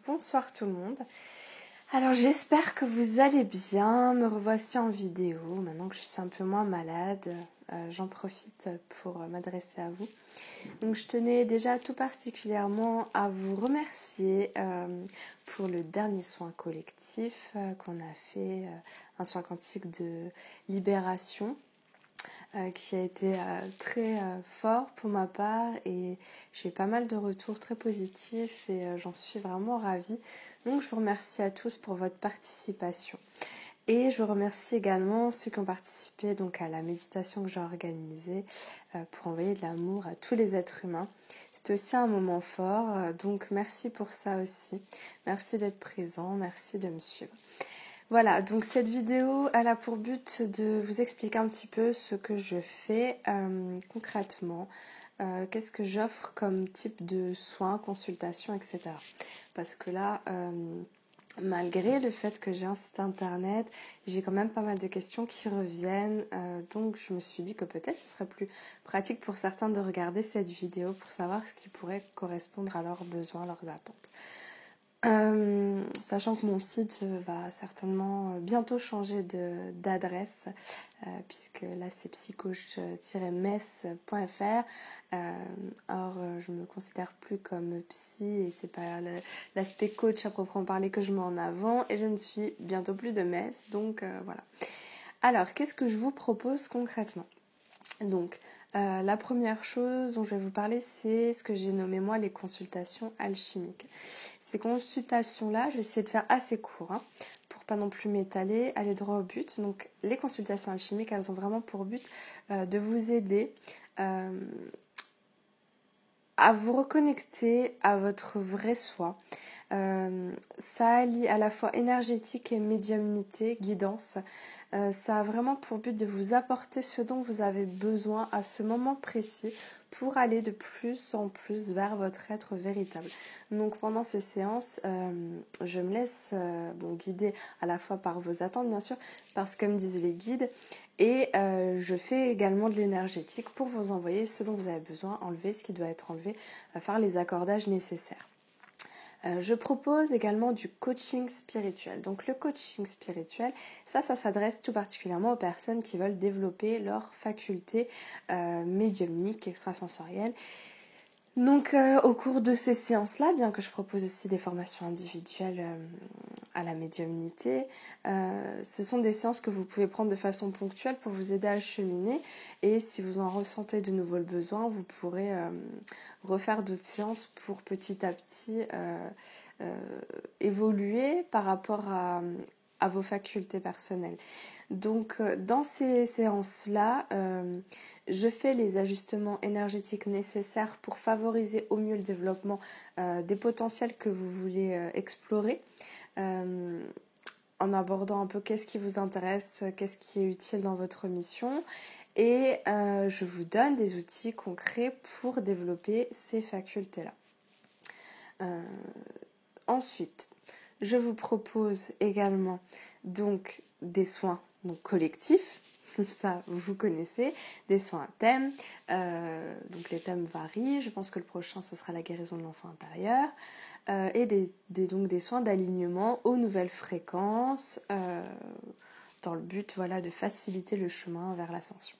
bonsoir tout le monde. Alors j'espère que vous allez bien, me revoici en vidéo, maintenant que je suis un peu moins malade, j'en profite pour m'adresser à vous. Donc je tenais déjà tout particulièrement à vous remercier pour le dernier soin collectif qu'on a fait, un soin quantique de libération. Qui a été très fort pour ma part et j'ai eu pas mal de retours très positifs et j'en suis vraiment ravie. Donc je vous remercie à tous pour votre participation. Et je vous remercie également ceux qui ont participé donc à la méditation que j'ai organisée pour envoyer de l'amour à tous les êtres humains. C'était aussi un moment fort, donc merci pour ça aussi. Merci d'être présent, merci de me suivre. Voilà, donc cette vidéo, elle a pour but de vous expliquer un petit peu ce que je fais concrètement, qu'est-ce que j'offre comme type de soins, consultations, etc. Parce que là, malgré le fait que j'ai un site internet, j'ai quand même pas mal de questions qui reviennent, donc je me suis dit que peut-être ce serait plus pratique pour certains de regarder cette vidéo pour savoir ce qui pourrait correspondre à leurs besoins, leurs attentes. Sachant que mon site va certainement bientôt changer d'adresse puisque là c'est psycoach-mess.fr. Or je me considère plus comme psy et c'est pas l'aspect coach à proprement parler que je mets en avant et je ne suis bientôt plus de mess, donc voilà. Alors qu'est-ce que je vous propose concrètement ? Donc la première chose dont je vais vous parler, c'est ce que j'ai nommé moi les consultations alchimiques. Ces consultations-là, je vais essayer de faire assez court, pour pas non plus m'étaler, aller droit au but. Donc les consultations alchimiques, elles ont vraiment pour but de vous aider à vous reconnecter à votre vrai soi. Ça allie à la fois énergétique et médiumnité, guidance. Ça a vraiment pour but de vous apporter ce dont vous avez besoin à ce moment précis pour aller de plus en plus vers votre être véritable. Donc pendant ces séances, je me laisse guider à la fois par vos attentes bien sûr, parce que me disent les guides, et je fais également de l'énergétique pour vous envoyer ce dont vous avez besoin, enlever ce qui doit être enlevé, faire les accordages nécessaires. Je propose également du coaching spirituel. Donc le coaching spirituel, ça s'adresse tout particulièrement aux personnes qui veulent développer leurs facultés médiumniques, extrasensorielles. Donc au cours de ces séances-là, bien que je propose aussi des formations individuelles à la médiumnité, ce sont des séances que vous pouvez prendre de façon ponctuelle pour vous aider à cheminer, et si vous en ressentez de nouveau le besoin, vous pourrez refaire d'autres séances pour petit à petit évoluer par rapport à vos facultés personnelles. Donc dans ces séances-là, je fais les ajustements énergétiques nécessaires pour favoriser au mieux le développement des potentiels que vous voulez explorer, en abordant un peu qu'est-ce qui vous intéresse, qu'est-ce qui est utile dans votre mission, et je vous donne des outils concrets pour développer ces facultés-là. Ensuite, je vous propose également donc des soins collectifs, ça vous connaissez, des soins à thème. Donc les thèmes varient, je pense que le prochain ce sera la guérison de l'enfant intérieur, et donc des soins d'alignement aux nouvelles fréquences, dans le but de faciliter le chemin vers l'ascension.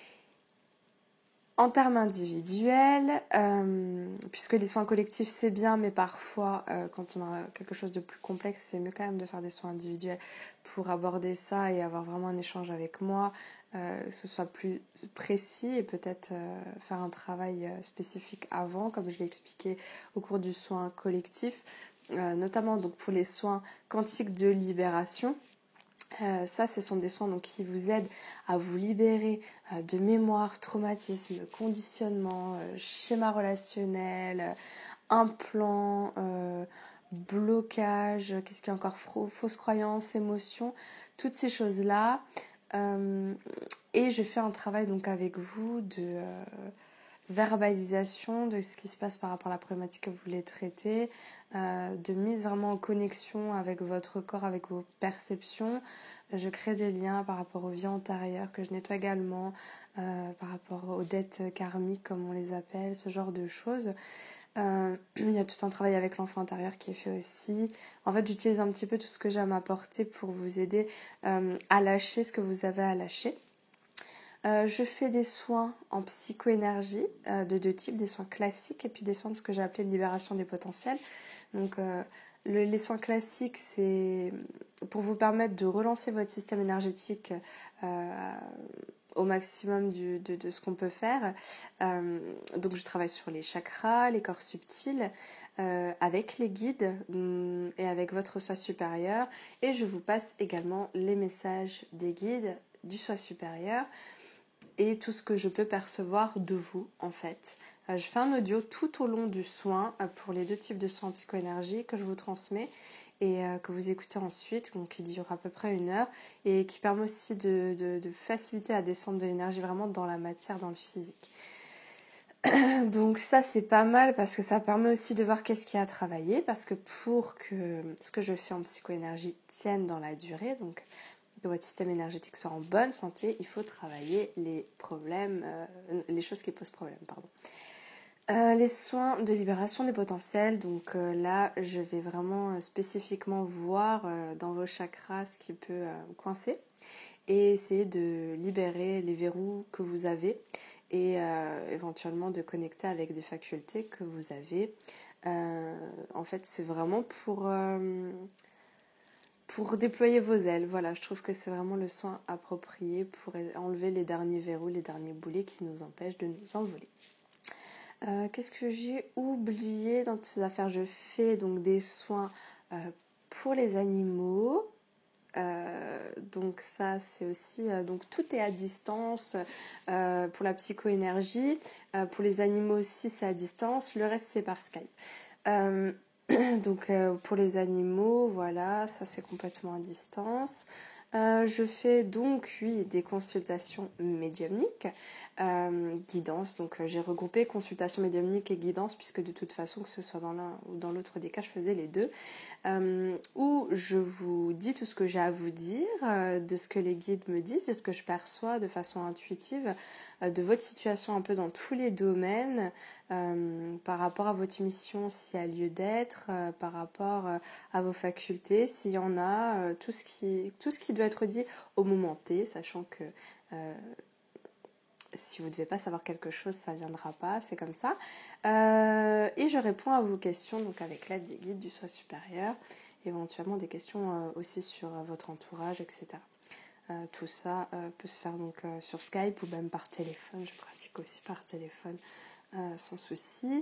En termes individuels, puisque les soins collectifs c'est bien, mais parfois quand on a quelque chose de plus complexe, c'est mieux quand même de faire des soins individuels pour aborder ça et avoir vraiment un échange avec moi, que ce soit plus précis, et peut-être faire un travail spécifique avant, comme je l'ai expliqué au cours du soin collectif, notamment donc pour les soins quantiques de libération. Ça, ce sont des soins qui vous aident à vous libérer de mémoire, traumatisme, conditionnement, schéma relationnel, implants, blocage, qu'est-ce qu'il y a encore, fausses croyances, émotions, toutes ces choses-là. Et je fais un travail avec vous de verbalisation de ce qui se passe par rapport à la problématique que vous voulez traiter, de mise vraiment en connexion avec votre corps, avec vos perceptions. Je crée des liens par rapport aux vies antérieures que je nettoie également, par rapport aux dettes karmiques comme on les appelle, ce genre de choses. Il y a tout un travail avec l'enfant intérieur qui est fait aussi. En fait, j'utilise un petit peu tout ce que j'ai à m'apporter pour vous aider à lâcher ce que vous avez à lâcher. Je fais des soins en psychoénergie de deux types, des soins classiques et puis des soins de ce que j'ai appelé de libération des potentiels. Donc les soins classiques, c'est pour vous permettre de relancer votre système énergétique au maximum de ce qu'on peut faire. Donc je travaille sur les chakras, les corps subtils, avec les guides et avec votre soi supérieur. Et je vous passe également les messages des guides du soi supérieur et tout ce que je peux percevoir de vous en fait. Je fais un audio tout au long du soin pour les deux types de soins en psychoénergie que je vous transmets et que vous écoutez ensuite, donc qui dure à peu près 1 heure et qui permet aussi de faciliter la descente de l'énergie vraiment dans la matière, dans le physique. Donc ça c'est pas mal parce que ça permet aussi de voir qu'est-ce qu'il y a à travailler, parce que pour que ce que je fais en psychoénergie tienne dans la durée, donc que votre système énergétique soit en bonne santé, il faut travailler les problèmes, les choses qui posent problème, pardon. Les soins de libération des potentiels, donc là je vais vraiment spécifiquement voir dans vos chakras ce qui peut coincer et essayer de libérer les verrous que vous avez et éventuellement de connecter avec des facultés que vous avez. En fait c'est vraiment pour déployer vos ailes. Voilà, je trouve que c'est vraiment le soin approprié pour enlever les derniers verrous, les derniers boulets qui nous empêchent de nous envoler. Qu'est-ce que j'ai oublié dans toutes ces affaires? Je fais donc des soins pour les animaux. Donc ça c'est aussi donc tout est à distance pour la psychoénergie, pour les animaux aussi c'est à distance, le reste c'est par Skype. Donc pour les animaux, voilà, ça c'est complètement à distance. Je fais donc, oui, des consultations médiumniques, guidance. Donc j'ai regroupé consultation médiumnique et guidance, puisque de toute façon, que ce soit dans l'un ou dans l'autre des cas, je faisais les deux. Où je vous dis tout ce que j'ai à vous dire, de ce que les guides me disent, de ce que je perçois de façon intuitive, de votre situation un peu dans tous les domaines, par rapport à votre mission s'il y a lieu d'être, par rapport à vos facultés, s'il y en a, tout ce qui doit être dit au moment T, sachant que si vous ne devez pas savoir quelque chose, ça ne viendra pas, c'est comme ça. Et je réponds à vos questions donc avec l'aide des guides du soi supérieur, éventuellement des questions aussi sur votre entourage, etc. Tout ça peut se faire donc sur Skype ou même par téléphone. Je pratique aussi par téléphone sans souci.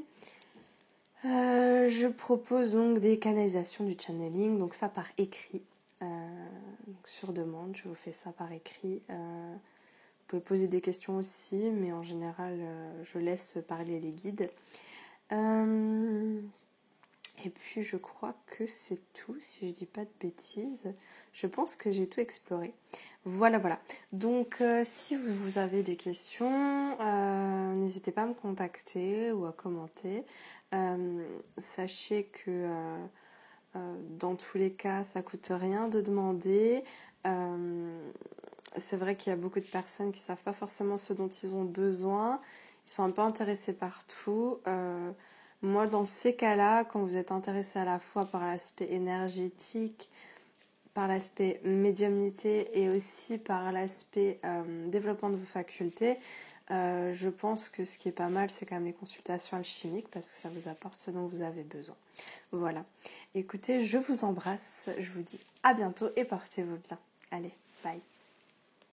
Je propose donc des canalisations du channeling, donc ça par écrit, donc sur demande, je vous fais ça par écrit. Vous pouvez poser des questions aussi, mais en général, je laisse parler les guides. Et puis, je crois que c'est tout, si je dis pas de bêtises. Je pense que j'ai tout exploré. Voilà, voilà. Donc, si vous avez des questions, n'hésitez pas à me contacter ou à commenter. Sachez que dans tous les cas, ça coûte rien de demander. C'est vrai qu'il y a beaucoup de personnes qui ne savent pas forcément ce dont ils ont besoin. Ils sont un peu intéressés par tout. Moi, dans ces cas-là, quand vous êtes intéressé à la fois par l'aspect énergétique, par l'aspect médiumnité et aussi par l'aspect développement de vos facultés, je pense que ce qui est pas mal, c'est quand même les consultations alchimiques parce que ça vous apporte ce dont vous avez besoin. Voilà. Écoutez, je vous embrasse, je vous dis à bientôt et portez-vous bien. Allez, bye.